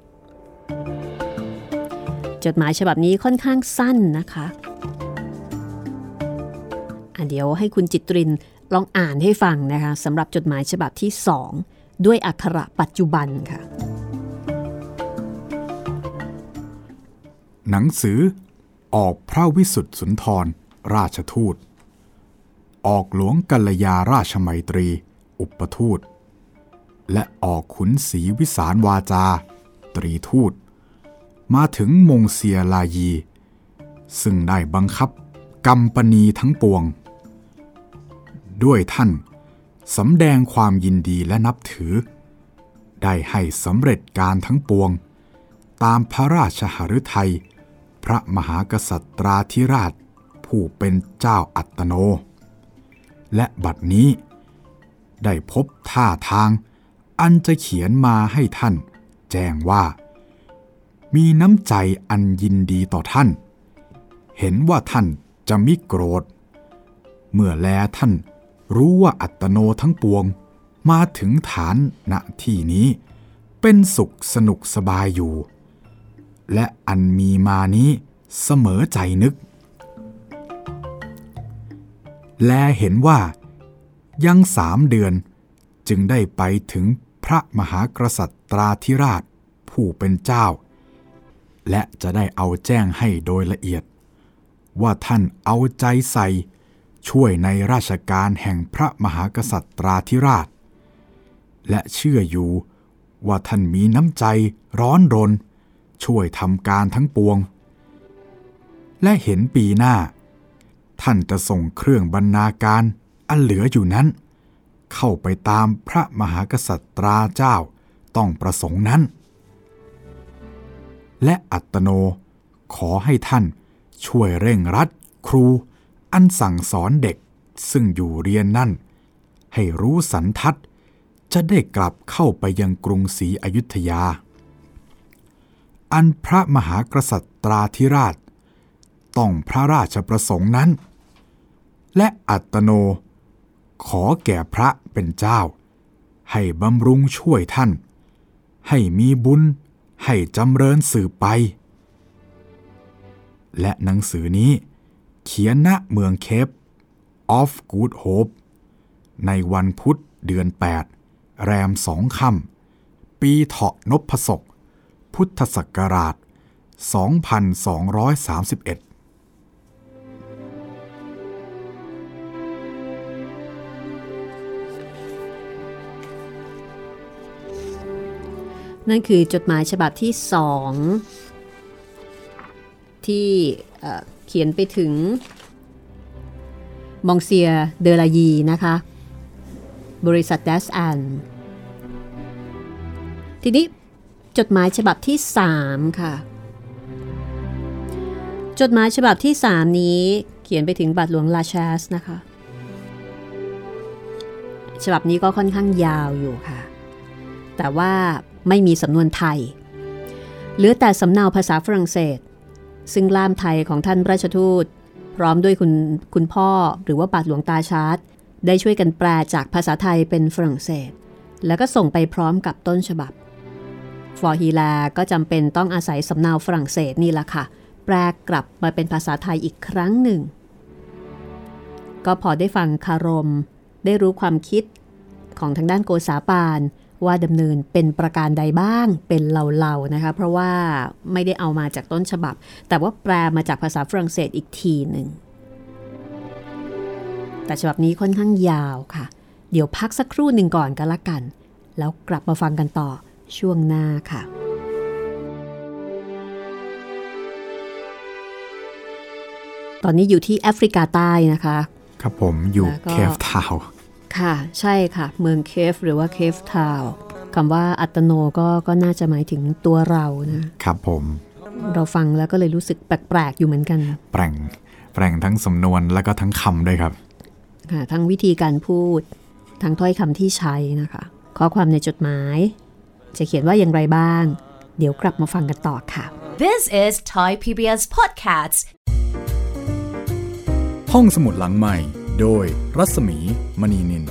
จดหมายฉบับนี้ค่อนข้างสั้นนะคะเดี๋ยวให้คุณจิตรินลองอ่านให้ฟังนะคะสำหรับจดหมายฉบับที่2ด้วยอักขระปัจจุบันค่ะหนังสือออกพระวิสุทธิสุนทรราชทูตออกหลวงกัลยาราชมัยตรีอุปทูตและออกขุนศรีวิสารวาจาตรีทูตมาถึงมงเซียลายีซึ่งได้บังคับกัมปนีทั้งปวงด้วยท่านสำแดงความยินดีและนับถือได้ให้สำเร็จการทั้งปวงตามพระราชหฤทัยพระมหากษัตราธิราชผู้เป็นเจ้าอัตโนและบัดนี้ได้พบท่าทางอันจะเขียนมาให้ท่านแจ้งว่ามีน้ำใจอันยินดีต่อท่านเห็นว่าท่านจะมิโกรธเมื่อแลท่านรู้ว่าอัตโนทั้งปวงมาถึงฐานณที่นี้เป็นสุขสนุกสบายอยู่และอันมีมานี้เสมอใจนึกแลเห็นว่ายัง3 เดือนจึงได้ไปถึงพระมหากษัตราธิราชผู้เป็นเจ้าและจะได้เอาแจ้งให้โดยละเอียดว่าท่านเอาใจใส่ช่วยในราชการแห่งพระมหากษัตราธิราชและเชื่ออยู่ว่าท่านมีน้ำใจร้อนรนช่วยทำการทั้งปวงและเห็นปีหน้าท่านจะส่งเครื่องบรรณาการอันเหลืออยู่นั้นเข้าไปตามพระมหากษัตราเจ้าต้องประสงค์นั้นและอัตโนขอให้ท่านช่วยเร่งรัดครูอันสั่งสอนเด็กซึ่งอยู่เรียนนั่นให้รู้สันทัดจะได้กลับเข้าไปยังกรุงศรีอยุธยาอันพระมหากษัตราธิราชต้องพระราชประสงค์นั้นและอัตโนขอแก่พระเป็นเจ้าให้บำรุงช่วยท่านให้มีบุญให้จำเริญสืบไปและหนังสือนี้เขียนณเมืองเคปออฟกูดโฮปในวันพุธเดือน8แรม2 ค่ำปีเถาะนพศกพุทธศักราช 2231 นั่นคือจดหมายฉบับที่2ที่เขียนไปถึงมองเซียเดอลายีนะคะบริษัท Dash An ทีนี้จดหมายฉบับที่3ค่ะจดหมายฉบับที่3นี้เขียนไปถึงบาทหลวงลาชาสนะคะฉบับนี้ก็ค่อนข้างยาวอยู่ค่ะแต่ว่าไม่มีสำนวนไทยเหลือแต่สำเนาภาษาฝรั่งเศสซึ่งล่ามไทยของท่านราชทูตพร้อมด้วยคุณพ่อหรือว่าบาทหลวงตาชาร์ตได้ช่วยกันแปลจากภาษาไทยเป็นฝรั่งเศสแล้วก็ส่งไปพร้อมกับต้นฉบับฟอร์ฮีแลก็จำเป็นต้องอาศัยสำเนาฝรั่งเศสนี่แหละค่ะแปลกลับมาเป็นภาษาไทยอีกครั้งหนึ่งก็พอได้ฟังคารมได้รู้ความคิดของทางด้านโกษาปานว่าดำเนินเป็นประการใดบ้างเป็นเหล่าๆนะคะเพราะว่าไม่ได้เอามาจากต้นฉบับแต่ว่าแปลมาจากภาษาฝรั่งเศสอีกทีหนึ่งแต่ฉบับนี้ค่อนข้างยาวค่ะเดี๋ยวพักสักครู่หนึ่งก่อนกันละกันแล้วกลับมาฟังกันต่อช่วงหน้าค่ะตอนนี้อยู่ที่แอฟริกาใต้นะคะครับผมอยู่เคฟทาวน์ค่ะใช่ค่ะเมืองเคฟหรือว่าเคฟทาวน์คำว่าอัตโนก็น่าจะหมายถึงตัวเรานะครับผมเราฟังแล้วก็เลยรู้สึกแปลกๆอยู่เหมือนกันแปลงทั้งสำนวนแล้วก็ทั้งคำด้วยครับค่ะทั้งวิธีการพูดทั้งถ้อยคำที่ใช้นะคะข้อความในจดหมายจะเขียนว่าอย่างไรบ้างเดี๋ยวกลับมาฟังกันต่อค่ะ This is Thai PBS Podcast ห้องสมุดหลังใหม่โดยรัศมีมณีนิน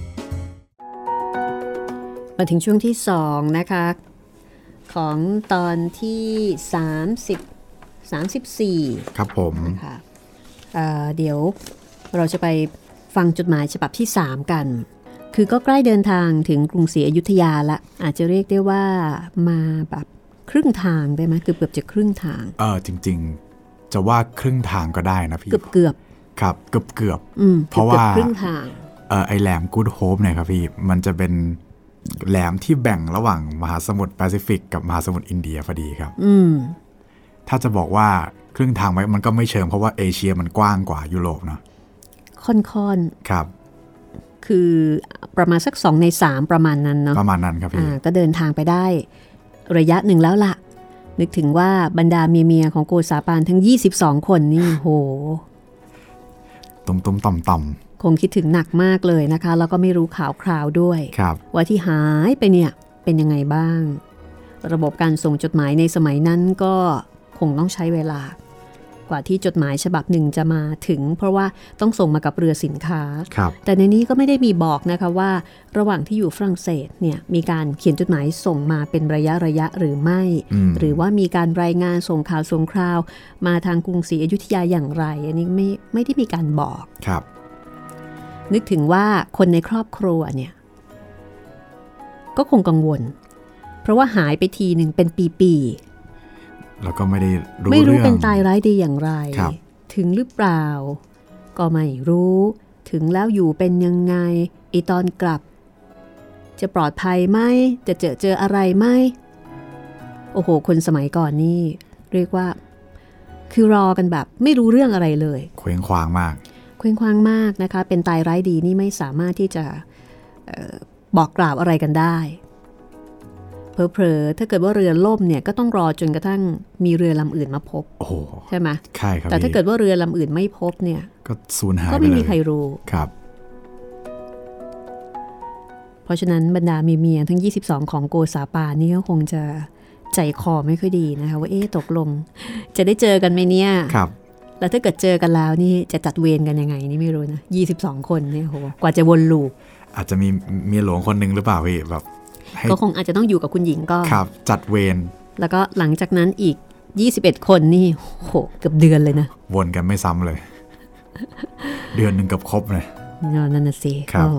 มาถึงช่วงที่2นะคะของตอนที่34 ครับผมนะคะเดี๋ยวเราจะไปฟังจดหมายฉบับที่3กันคือก็ใกล้เดินทางถึงกรุงศรีอยุธยาละอาจจะเรียกได้ว่ามาแบบครึ่งทางได้ไหมเกือบจะครึ่งทางจริงๆจะว่าครึ่งทางก็ได้นะพี่เกือบครับเกือบเพราะว่าครึ่งทางไอแหลมกู๊ดโฮปเนี่ยครับพี่มันจะเป็นแหลมที่แบ่งระหว่างมหาสมุทรแปซิฟิกกับมหาสมุทรอินเดียพอดีครับถ้าจะบอกว่าครึ่งทางไว้มันก็ไม่เชิงเพราะว่าเอเชียมันกว้างกว่ายุโรปเนาะค่อนครับคือประมาณสัก2 ใน 3ประมาณนั้นเนาะประมาณนั้นครับพี่ก็เดินทางไปได้ระยะหนึ่งแล้วล่ะนึกถึงว่าบรรดาเมียของโกษาปานทั้ง22คนนี่โหตุ้มต่ำคงคิดถึงหนักมากเลยนะคะแล้วก็ไม่รู้ข่าวคราวด้วยว่าที่หายไปเนี่ยเป็นยังไงบ้างระบบการส่งจดหมายในสมัยนั้นก็คงต้องใช้เวลากว่าที่จดหมายฉบับหนึ่งจะมาถึงเพราะว่าต้องส่งมากับเรือสินค้าแต่ในนี้ก็ไม่ได้มีบอกนะคะว่าระหว่างที่อยู่ฝรั่งเศสเนี่ยมีการเขียนจดหมายส่งมาเป็นระยะหรือไม่หรือว่ามีการรายงานส่งข่าวส่งคราวมาทางกรุงศรีอยุธยาอย่างไรอันนี้ไม่ได้มีการบอกนึกถึงว่าคนในครอบครัวเนี่ยก็คงกังวลเพราะว่าหายไปทีหนึ่งเป็นปีๆแล้วก็ไม่รู้เป็นตายร้ายดีอย่างไรถึงหรือเปล่าก็ไม่รู้ถึงแล้วอยู่เป็นยังไงตอนกลับจะปลอดภัยไหมจะเจออะไรไหมโอ้โหคนสมัยก่อนนี่เรียกว่าคือรอกันแบบไม่รู้เรื่องอะไรเลยเคว้งคว้างมากนะคะเป็นตายร้ายดีนี่ไม่สามารถที่จะบอกกล่าวอะไรกันได้เผลอๆถ้าเกิดว่าเรือล่มเนี่ยก็ต้องรอจนกระทั่งมีเรือลำอื่นมาพบใช่ไหมใช่ครับแต่ถ้าเกิดว่าเรือลำอื่นไม่พบเนี่ยก็สูญหายก็ไม่มีใครรู้ครับเพราะฉะนั้นบรรดาเมียทั้ง22ของโกษาปานนี่ก็คงจะใจคอไม่ค่อยดีนะคะว่าตกลงจะได้เจอกันไหมเนี่ยครับแล้วถ้าเกิดเจอกันแล้วนี่จะจัดเวรกันยังไงนี่ไม่รู้นะ22คนเนี่ยโหกว่าจะวนลูปอาจจะมีเมียหลวงคนนึงหรือเปล่าพี่แบบก็คงอาจจะต้องอยู่กับคุณหญิงก็ครับจัดเวรแล้วก็หลังจากนั้นอีก21คนนี่โหเกือบเดือนเลยนะวนกันไม่ซ้ำเลย เดือนนึงกับครบเลยนั่นน่ะสิครับ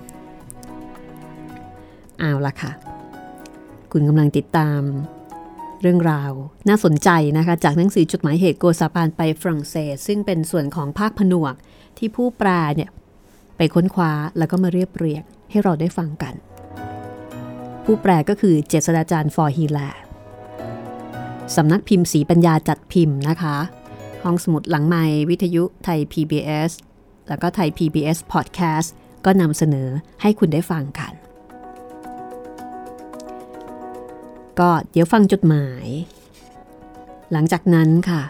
เอาละค่ะคุณกำลังติดตามเรื่องราวน่าสนใจนะคะจากหนังสือจดหมายเหตุโกษาปานไปฝรั่งเศสซึ่งเป็นส่วนของภาคผนวกที่ผู้แปลเนี่ยไปค้นคว้าแล้วก็มาเรียบเรียงให้เราได้ฟังกันผู้แปลก็คือเจษฎาจารย์ฟอร์ฮีแลสำนักพิมพ์ศรีปัญญาจัดพิมพ์นะคะห้องสมุดหลังไมค์วิทยุไทย PBS แล้วก็ไทย PBS Podcast ก็นำเสนอให้คุณได้ฟังกันก็เดี๋ยวฟังจดหมายหลังจากนั้นค่ะ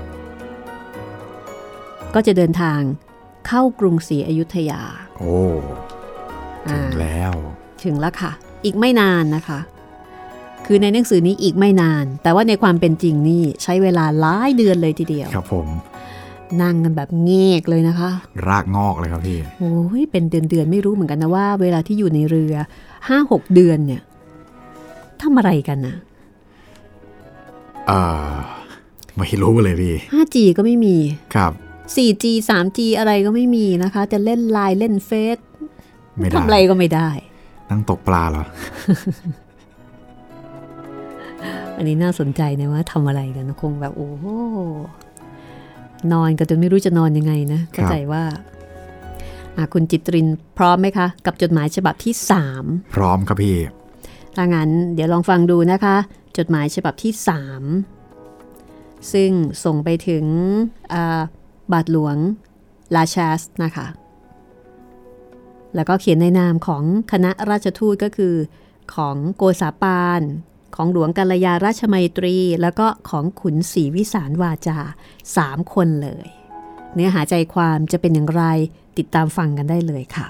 ก็จะเดินทางเข้ากรุงศรีอยุธยาโอ้ถึงแล้วค่ะอีกไม่นานนะคะคือในหนังสือนี้อีกไม่นานแต่ว่าในความเป็นจริงนี่ใช้เวลาหลายเดือนเลยทีเดียวครับผมนั่งกันแบบเงกเลยนะคะรากงอกเลยครับพี่โอ้ยเป็นเดือนไม่รู้เหมือนกันนะว่าเวลาที่อยู่ในเรือ 5-6 เดือนเนี่ยทำอะไรกันนะไม่รู้เลยพี่ 5G ก็ไม่มีครับ 4G 3G อะไรก็ไม่มีนะคะจะเล่นไลน์เล่นเฟซทำอะไรก็ไม่ได้นั่งตกปลาเหรออันนี้น่าสนใจนะว่าทำอะไรกันคงแบบโอ้โหนอนกันจนไม่รู้จะนอนยังไงนะเข้าใจว่าคุณจิตรินพร้อมไหมคะกับจดหมายฉบับที่3 พร้อมครับพี่ถ้างั้นเดี๋ยวลองฟังดูนะคะจดหมายฉบับที่3ซึ่งส่งไปถึงบาทหลวงลาชาสนะคะแล้วก็เขียนในนามของคณะราชทูตก็คือของโกษาปานของหลวงกัลยาราชมัยตรีแล้วก็ของขุนศรีวิสารวาจา3คนเลยเนื้อหาใจความจะเป็นอย่างไรติดตามฟังกันได้เลยค่ะ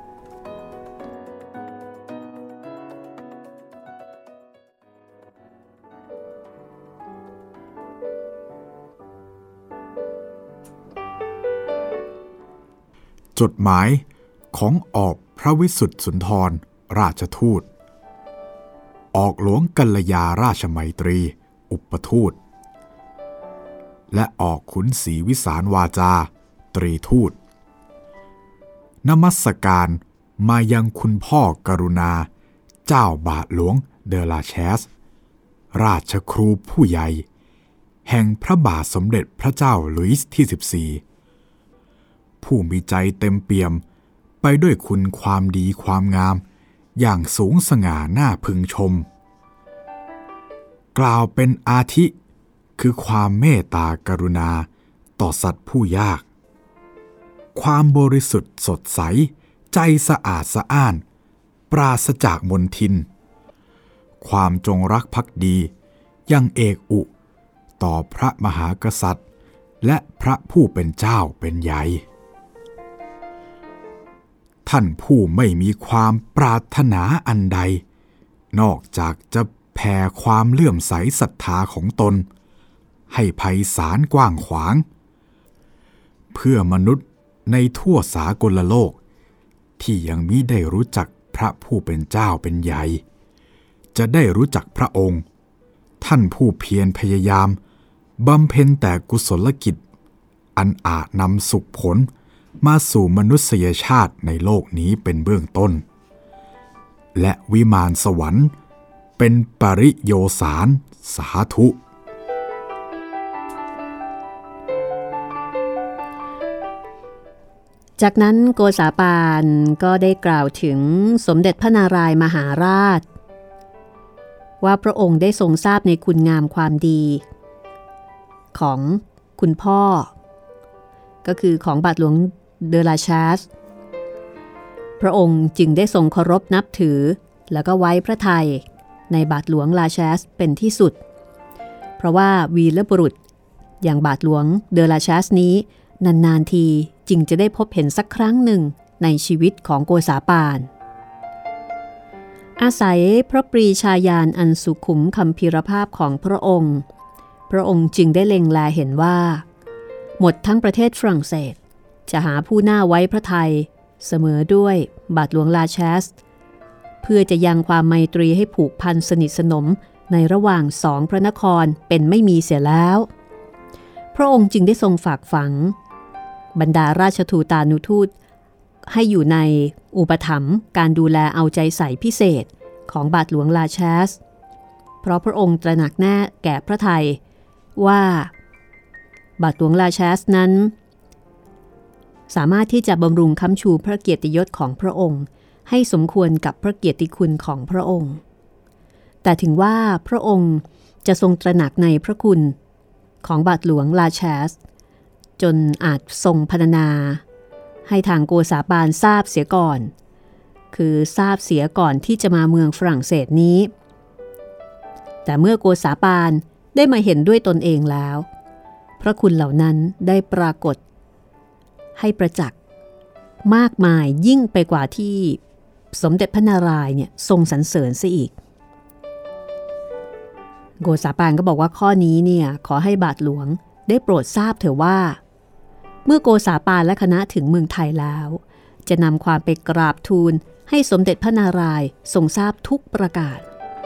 จดหมายของออกพระวิสุทธิสุนทรราชทูตออกหลวงกัลยาราชมัยตรีอุปทูตและออกขุนศรีวิสารวาจาตรีทูตนมัสการมายังคุณพ่อกรุณาเจ้าบาทหลวงเดอลาเชสราชครูผู้ใหญ่แห่งพระบาทสมเด็จพระเจ้าหลุยส์ที่14ผู้มีใจเต็มเปี่ยมไปด้วยคุณความดีความงามอย่างสูงสง่าน่าพึงชมกล่าวเป็นอาทิคือความเมตตากรุณาต่อสัตว์ผู้ยากความบริสุทธิ์สดใสใจสะอาดสะอ้านปราศจากมลทินความจงรักภักดียังเอกอุต่อพระมหากษัตริย์และพระผู้เป็นเจ้าเป็นใหญ่ท่านผู้ไม่มีความปรารถนาอันใดนอกจากจะแผ่ความเลื่อมใสศรัทธาของตนให้ไพศาลกว้างขวางเพื่อมนุษย์ในทั่วสากลโลกที่ยังมิได้รู้จักพระผู้เป็นเจ้าเป็นใหญ่จะได้รู้จักพระองค์ท่านผู้เพียรพยายามบำเพ็ญแต่กุศลกิจอันอาจนำสุขผลมาสู่มนุษยชาติในโลกนี้เป็นเบื้องต้นและวิมานสวรรค์เป็นปริโยสารสาธุจากนั้นโกษาปานก็ได้กล่าวถึงสมเด็จพระนารายมหาราชว่าพระองค์ได้ทรงทราบในคุณงามความดีของคุณพ่อก็คือของบาทหลวงเดอลาชาสพระองค์จึงได้ทรงเคารพนับถือแล้วก็ไว้พระทัยในบาทหลวงลาชาสเป็นที่สุดเพราะว่าวีรบุรุษอย่างบาทหลวงเดอลาชาสนี้นานๆทีจึงจะได้พบเห็นสักครั้งหนึ่งในชีวิตของโกษาปานอาศัยพระปรีชาญาณอันสุขุมคัมภีรภาพของพระองค์จึงได้เล็งแลเห็นว่าหมดทั้งประเทศฝรั่งเศสจะหาผู้น่าไว้พระทัยเสมอด้วยบาทหลวงลาแชสเพื่อจะยังความไมตรีให้ผูกพันสนิทสนมในระหว่างสองพระนครเป็นไม่มีเสียแล้วพระองค์จึงได้ทรงฝากฝังบรรดาราชทูตานุทูตให้อยู่ในอุปถัมภ์การดูแลเอาใจใส่พิเศษของบาทหลวงลาแชสเพราะพระองค์ตระหนักแน่แก่พระทัยว่าบาทหลวงลาแชสนั้นสามารถที่จะบำรุงค้ำชูพระเกียรติยศของพระองค์ให้สมควรกับพระเกียรติคุณของพระองค์แต่ถึงว่าพระองค์จะทรงตระหนักในพระคุณของบาทหลวงลาแชสจนอาจทรงพรรณนาให้ทางโกษาปานทราบเสียก่อนคือทราบเสียก่อนที่จะมาเมืองฝรั่งเศสนี้แต่เมื่อโกษาปานได้มาเห็นด้วยตนเองแล้วพระคุณเหล่านั้นได้ปรากฏให้ประจักษ์มากมายยิ่งไปกว่าที่สมเด็จพระนารายณ์เนี่ยทรงสรรเสริญซะอีกโกษาปานก็บอกว่าข้อนี้เนี่ยขอให้บาทหลวงได้โปรดทราบเถอะว่าเมื่อโกษาปานและคณะถึงเมืองไทยแล้วจะนำความไปกราบทูลให้สมเด็จพระนารายณ์ทรงทราบทุกประการ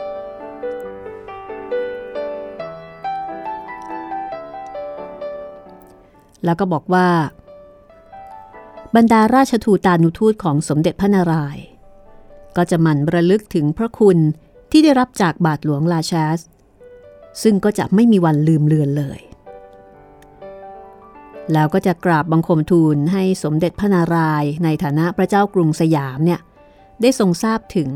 แล้วก็บอกว่าบรรดาราชทูตานุทูตของสมเด็จพระนารายณ์ก็จะหมั่นระลึกถึงพระคุณที่ได้รับจากบาทหลวงลาแชสซึ่งก็จะไม่มีวันลืมเลือนเลยแล้วก็จะกราบบังคมทูลให้สมเด็จพระนารายณ์ในฐานะพระเจ้ากรุงสยามเนี่ยได้ทรงทราบถึง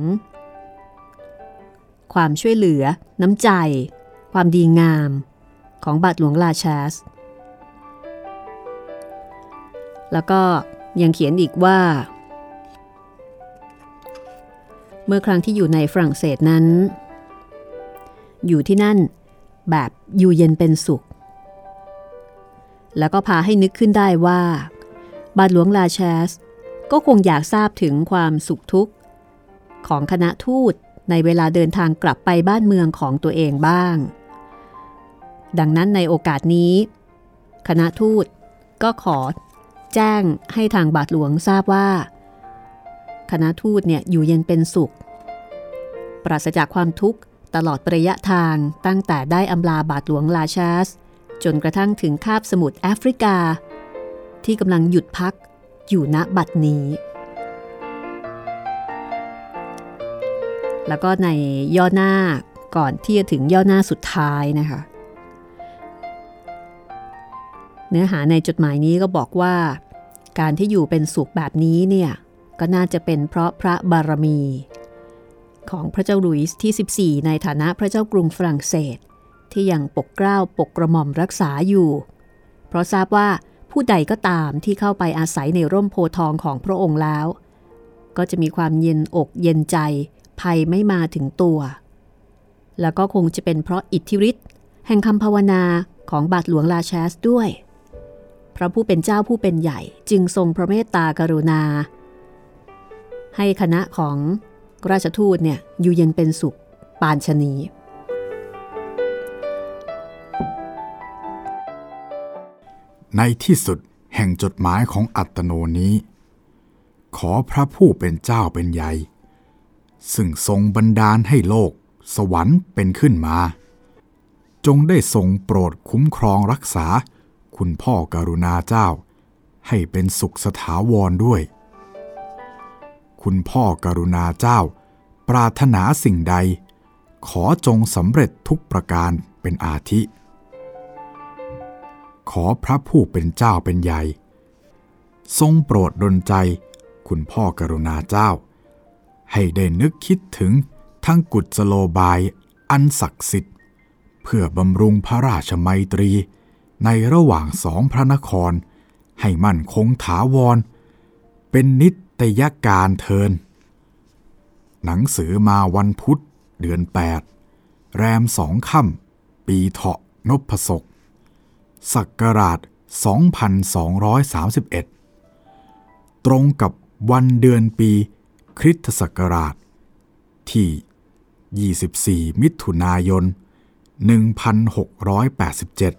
ความช่วยเหลือน้ำใจความดีงามของบาทหลวงลาแชสแล้วก็ยังเขียนอีกว่าเมื่อครั้งที่อยู่ในฝรั่งเศสนั้นอยู่ที่นั่นแบบอยู่เย็นเป็นสุขแล้วก็พาให้นึกขึ้นได้ว่าบาทหลวงลาแชสก็คงอยากทราบถึงความสุขทุกข์ของคณะทูตในเวลาเดินทางกลับไปบ้านเมืองของตัวเองบ้างดังนั้นในโอกาสนี้คณะทูตก็ขอแจ้งให้ทางบาทหลวงทราบว่าคณะทูตเนี่ยอยู่เย็นเป็นสุขปราศจากความทุกข์ตลอดระยะทางตั้งแต่ได้อำลาบาทหลวงลาแชสจนกระทั่งถึงคาบสมุทรแอฟริกาที่กำลังหยุดพักอยู่ณบัดนี้แล้วก็ในย่อหน้าก่อนที่จะถึงย่อหน้าสุดท้ายนะคะเนื้อหาในจดหมายนี้ก็บอกว่าการที่อยู่เป็นสุขแบบนี้เนี่ยก็น่าจะเป็นเพราะพระบารมีของพระเจ้าหลุยส์ที่14ในฐานะพระเจ้ากรุงฝรั่งเศสที่ยังปกเกล้าปกกระหม่อมรักษาอยู่เพราะทราบว่าผู้ใดก็ตามที่เข้าไปอาศัยในร่มโพธิ์ทองของพระองค์แล้วก็จะมีความเย็นอกเย็นใจภัยไม่มาถึงตัวแล้วก็คงจะเป็นเพราะอิทธิฤทธิ์แห่งคำภาวนาของบาทหลวงลาแชสด้วยพระผู้เป็นเจ้าผู้เป็นใหญ่จึงทรงพระเมตตากรุณาให้คณะของราชทูตเนี่ยอยู่เย็นเป็นสุขปานชนีในที่สุดแห่งจดหมายของอัตโนนี้ขอพระผู้เป็นเจ้าเป็นใหญ่ซึ่งทรงบันดาลให้โลกสวรรค์เป็นขึ้นมาจงได้ทรงโปรดคุ้มครองรักษาคุณพ่อกรุณาเจ้าให้เป็นสุขสถาวรด้วยคุณพ่อกรุณาเจ้าปรารถนาสิ่งใดขอจงสำเร็จทุกประการเป็นอาทิขอพระผู้เป็นเจ้าเป็นใหญ่ทรงโปรดดลใจคุณพ่อกรุณาเจ้าให้ได้นึกคิดถึงทั้งกุศโลบายอันศักดิ์สิทธิ์เพื่อบำรุงพระราชไมตรีในระหว่างสองพระนครให้มั่นคงถาวรเป็นนิตยการเทินหนังสือมาวันพุธเดือน8แรม2 ค่ำปีเถาะนพศกศักราช2231ตรงกับวันเดือนปีคริสตศักราชที่24มิถุนายน1687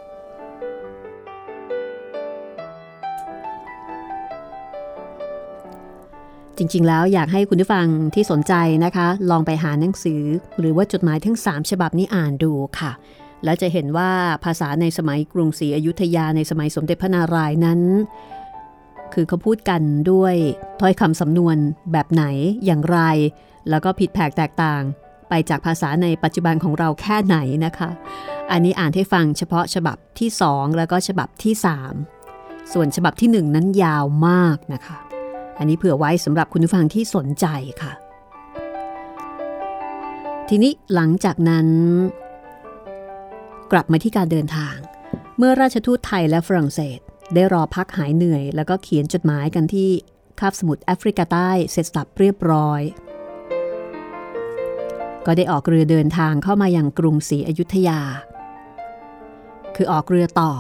จริงๆแล้วอยากให้คุณผู้ฟังที่สนใจนะคะลองไปหาหนังสือหรือว่าจดหมายทั้ง3ฉบับนี้อ่านดูค่ะแล้วจะเห็นว่าภาษาในสมัยกรุงศรีอยุธยาในสมัยสมเด็จพระนารายณ์นั้นคือเขาพูดกันด้วยถ้อยคำสำนวนแบบไหนอย่างไรแล้วก็ผิดแผกแตกต่างไปจากภาษาในปัจจุบันของเราแค่ไหนนะคะอันนี้อ่านให้ฟังเฉพาะฉบับที่2แล้วก็ฉบับที่3ส่วนฉบับที่1นั้นยาวมากนะคะอันนี้เผื่อไว้สำหรับคุณผู้ฟังที่สนใจค่ะทีนี้หลังจากนั้นกลับมาที่การเดินทางเมื่อราชทูตไทยและฝรั่งเศสได้รอพักหายเหนื่อยแล้วก็เขียนจดหมายกันที่คาบสมุทรแอฟริกาใต้เสร็จสับเรียบร้อยก็ได้ออกเรือเดินทางเข้ามายังกรุงศรีอยุธยาคือออกเรือต่อ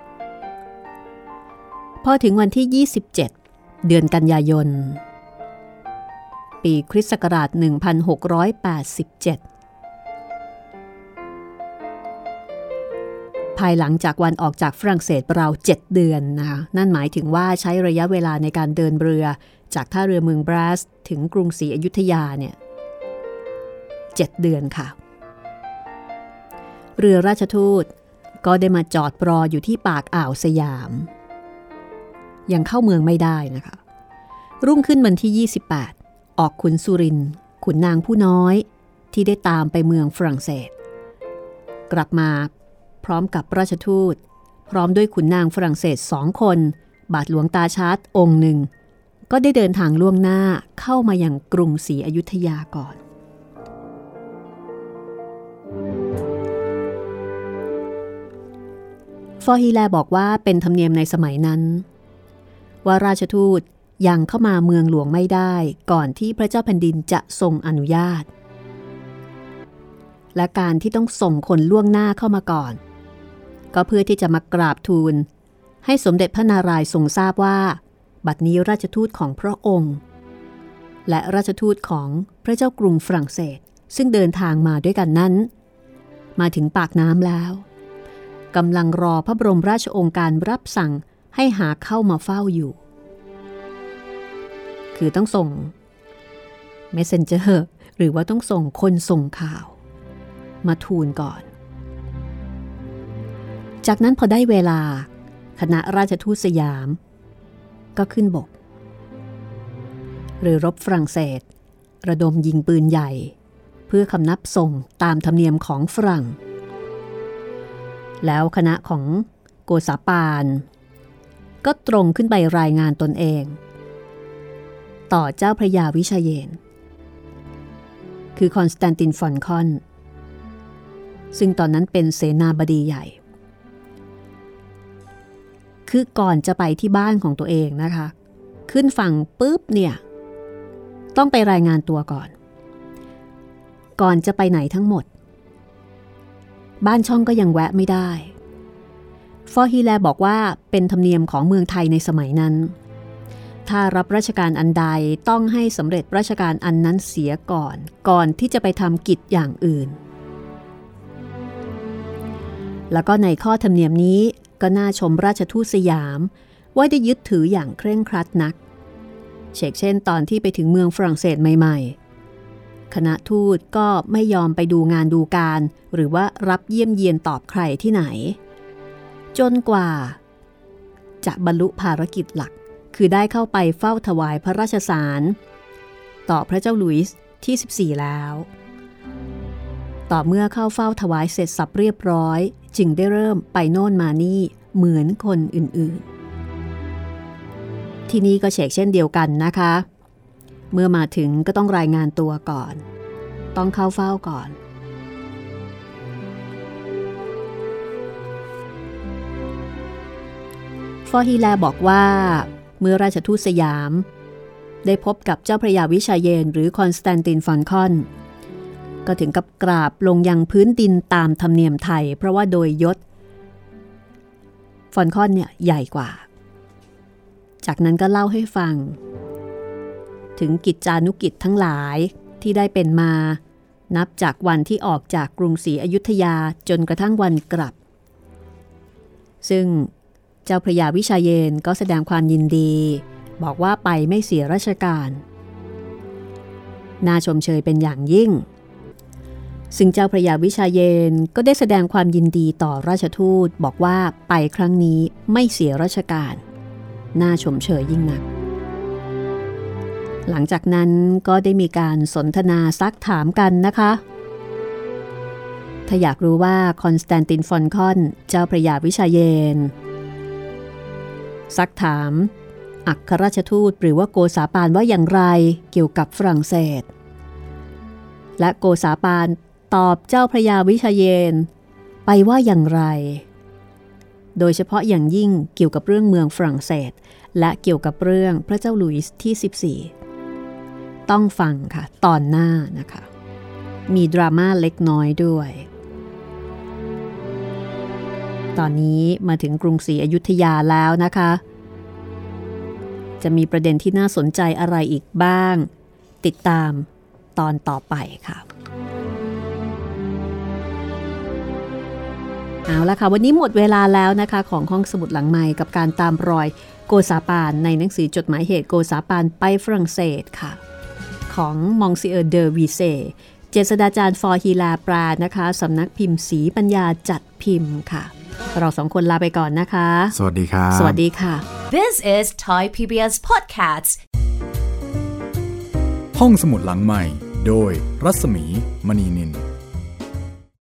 พอถึงวันที่27เดือนกันยายนปีคริสต์ศักราช1687ภายหลังจากวันออกจากฝรั่งเศสราว7เดือนนะคะนั่นหมายถึงว่าใช้ระยะเวลาในการเดินเรือจากท่าเรือเมืองบรัสถึงกรุงศรีอยุธยาเนี่ย7เดือนค่ะเรือราชทูตก็ได้มาจอดรออยู่ที่ปากอ่าวสยามยังเข้าเมืองไม่ได้นะคะรุ่งขึ้นวันที่28ออกขุนสุรินทร์ขุนนางผู้น้อยที่ได้ตามไปเมืองฝรั่งเศสกลับมาพร้อมกับราชทูตพร้อมด้วยขุนนางฝรั่งเศส2คนบาทหลวงตาชาร์ตองค์หนึ่งก็ได้เดินทางล่วงหน้าเข้ามายังกรุงศรีอยุธยาก่อนฟอฮีแลบอกว่าเป็นธรรมเนียมในสมัยนั้นว่าราชทูตยังเข้ามาเมืองหลวงไม่ได้ก่อนที่พระเจ้าแผ่นดินจะทรงอนุญาตและการที่ต้องส่งคนล่วงหน้าเข้ามาก่อนก็เพื่อที่จะมากราบทูลให้สมเด็จพระนารายณ์ทรงทราบว่าบัดนี้ราชทูตของพระองค์และราชทูตของพระเจ้ากรุงฝรั่งเศสซึ่งเดินทางมาด้วยกันนั้นมาถึงปากน้ำแล้วกำลังรอพระบรมราชโองการรับสั่งให้หาเข้ามาเฝ้าอยู่คือต้องส่ง messenger หรือว่าต้องส่งคนส่งข่าวมาทูลก่อนจากนั้นพอได้เวลาคณะราชทูตสยามก็ขึ้นบกเรือรบฝรั่งเศสระดมยิงปืนใหญ่เพื่อคำนับส่งตามธรรมเนียมของฝรั่งแล้วคณะของโกษาปานก็ตรงขึ้นไปรายงานตนเองต่อเจ้าพระยาวิเชษฐคือคอนสแตนตินฟอนคอนซึ่งตอนนั้นเป็นเสนาบดีใหญ่คือก่อนจะไปที่บ้านของตัวเองนะคะขึ้นฝั่งปุ๊บเนี่ยต้องไปรายงานตัวก่อนจะไปไหนทั้งหมดบ้านช่องก็ยังแวะไม่ได้ฟอฮีแลบอกว่าเป็นธรรมเนียมของเมืองไทยในสมัยนั้นถ้ารับราชการอันใดต้องให้สำเร็จราชการอันนั้นเสียก่อนที่จะไปทำกิจอย่างอื่นแล้วก็ในข้อธรรมเนียมนี้ก็น่าชมราชทูตสยามว่าได้ยึดถืออย่างเคร่งครัดนักเช่นตอนที่ไปถึงเมืองฝรั่งเศสใหม่ๆคณะทูตก็ไม่ยอมไปดูงานดูการหรือว่ารับเยี่ยมเยียนตอบใครที่ไหนจนกว่าจะบรรลุภารกิจหลักคือได้เข้าไปเฝ้าถวายพระราชสารต่อพระเจ้าหลุยส์ที่14แล้วต่อเมื่อเข้าเฝ้าถวายเสร็จสับเรียบร้อยจึงได้เริ่มไปโน่นมานี่เหมือนคนอื่นๆที่นี่ก็เช่นเดียวกันนะคะเมื่อมาถึงก็ต้องรายงานตัวก่อนต้องเข้าเฝ้าก่อนฟอฮีแลบอกว่าเมื่อราชทูตสยามได้พบกับเจ้าพระยาวิเชษฐหรือคอนสแตนตินฟอนคอนก็ถึงกับกราบลงยังพื้นดินตามธรรมเนียมไทยเพราะว่าโดยยศฟอนคอนเนี่ยใหญ่กว่าจากนั้นก็เล่าให้ฟังถึงกิจจานุกิจทั้งหลายที่ได้เป็นมานับจากวันที่ออกจากกรุงศรีอยุธยาจนกระทั่งวันกลับซึ่งเจ้าพระยาวิชาเยนก็แสดงความยินดีบอกว่าไปไม่เสียราชการน่าชมเชยเป็นอย่างยิ่งซึ่งเจ้าพระยาวิชาเยนก็ได้แสดงความยินดีต่อราชทูตบอกว่าไปครั้งนี้ไม่เสียราชการน่าชมเชยยิ่งนักหลังจากนั้นก็ได้มีการสนทนาซักถามกันนะคะถ้าอยากรู้ว่าคอนสแตนตินฟอนคอนเจ้าพระยาวิชาเยนซักถามอัครราชทูตหรือว่าโกษาปานว่าอย่างไรเกี่ยวกับฝรั่งเศสและโกษาปานตอบเจ้าพระยาวิชาเยนไปว่าอย่างไรโดยเฉพาะอย่างยิ่งเกี่ยวกับเรื่องเมืองฝรั่งเศสและเกี่ยวกับเรื่องพระเจ้าหลุยส์ที่14ต้องฟังค่ะตอนหน้านะคะมีดราม่าเล็กน้อยด้วยตอนนี้มาถึงกรุงศรีอยุธยาแล้วนะคะจะมีประเด็นที่น่าสนใจอะไรอีกบ้างติดตามตอนต่อไปค่ะเอาละค่ะวันนี้หมดเวลาแล้วนะคะของห้องสมุดหลังไมค์กับการตามรอยโกษาปานในหนังสือจดหมายเหตุโกษาปานไปฝรั่งเศสค่ะของมองซิเออร์เดอวีเซเจษฎาจารย์ฟอร์ฮีลาปรานะคะสำนักพิมพ์ศรีปัญญาจัดพิมพ์ค่ะเราสองคนลาไปก่อนนะคะสวัสดีครับสวัสดีค่ะ This is Thai PBS Podcast ห้องสมุดหลังใหม่โดยรัศมีมณีนิน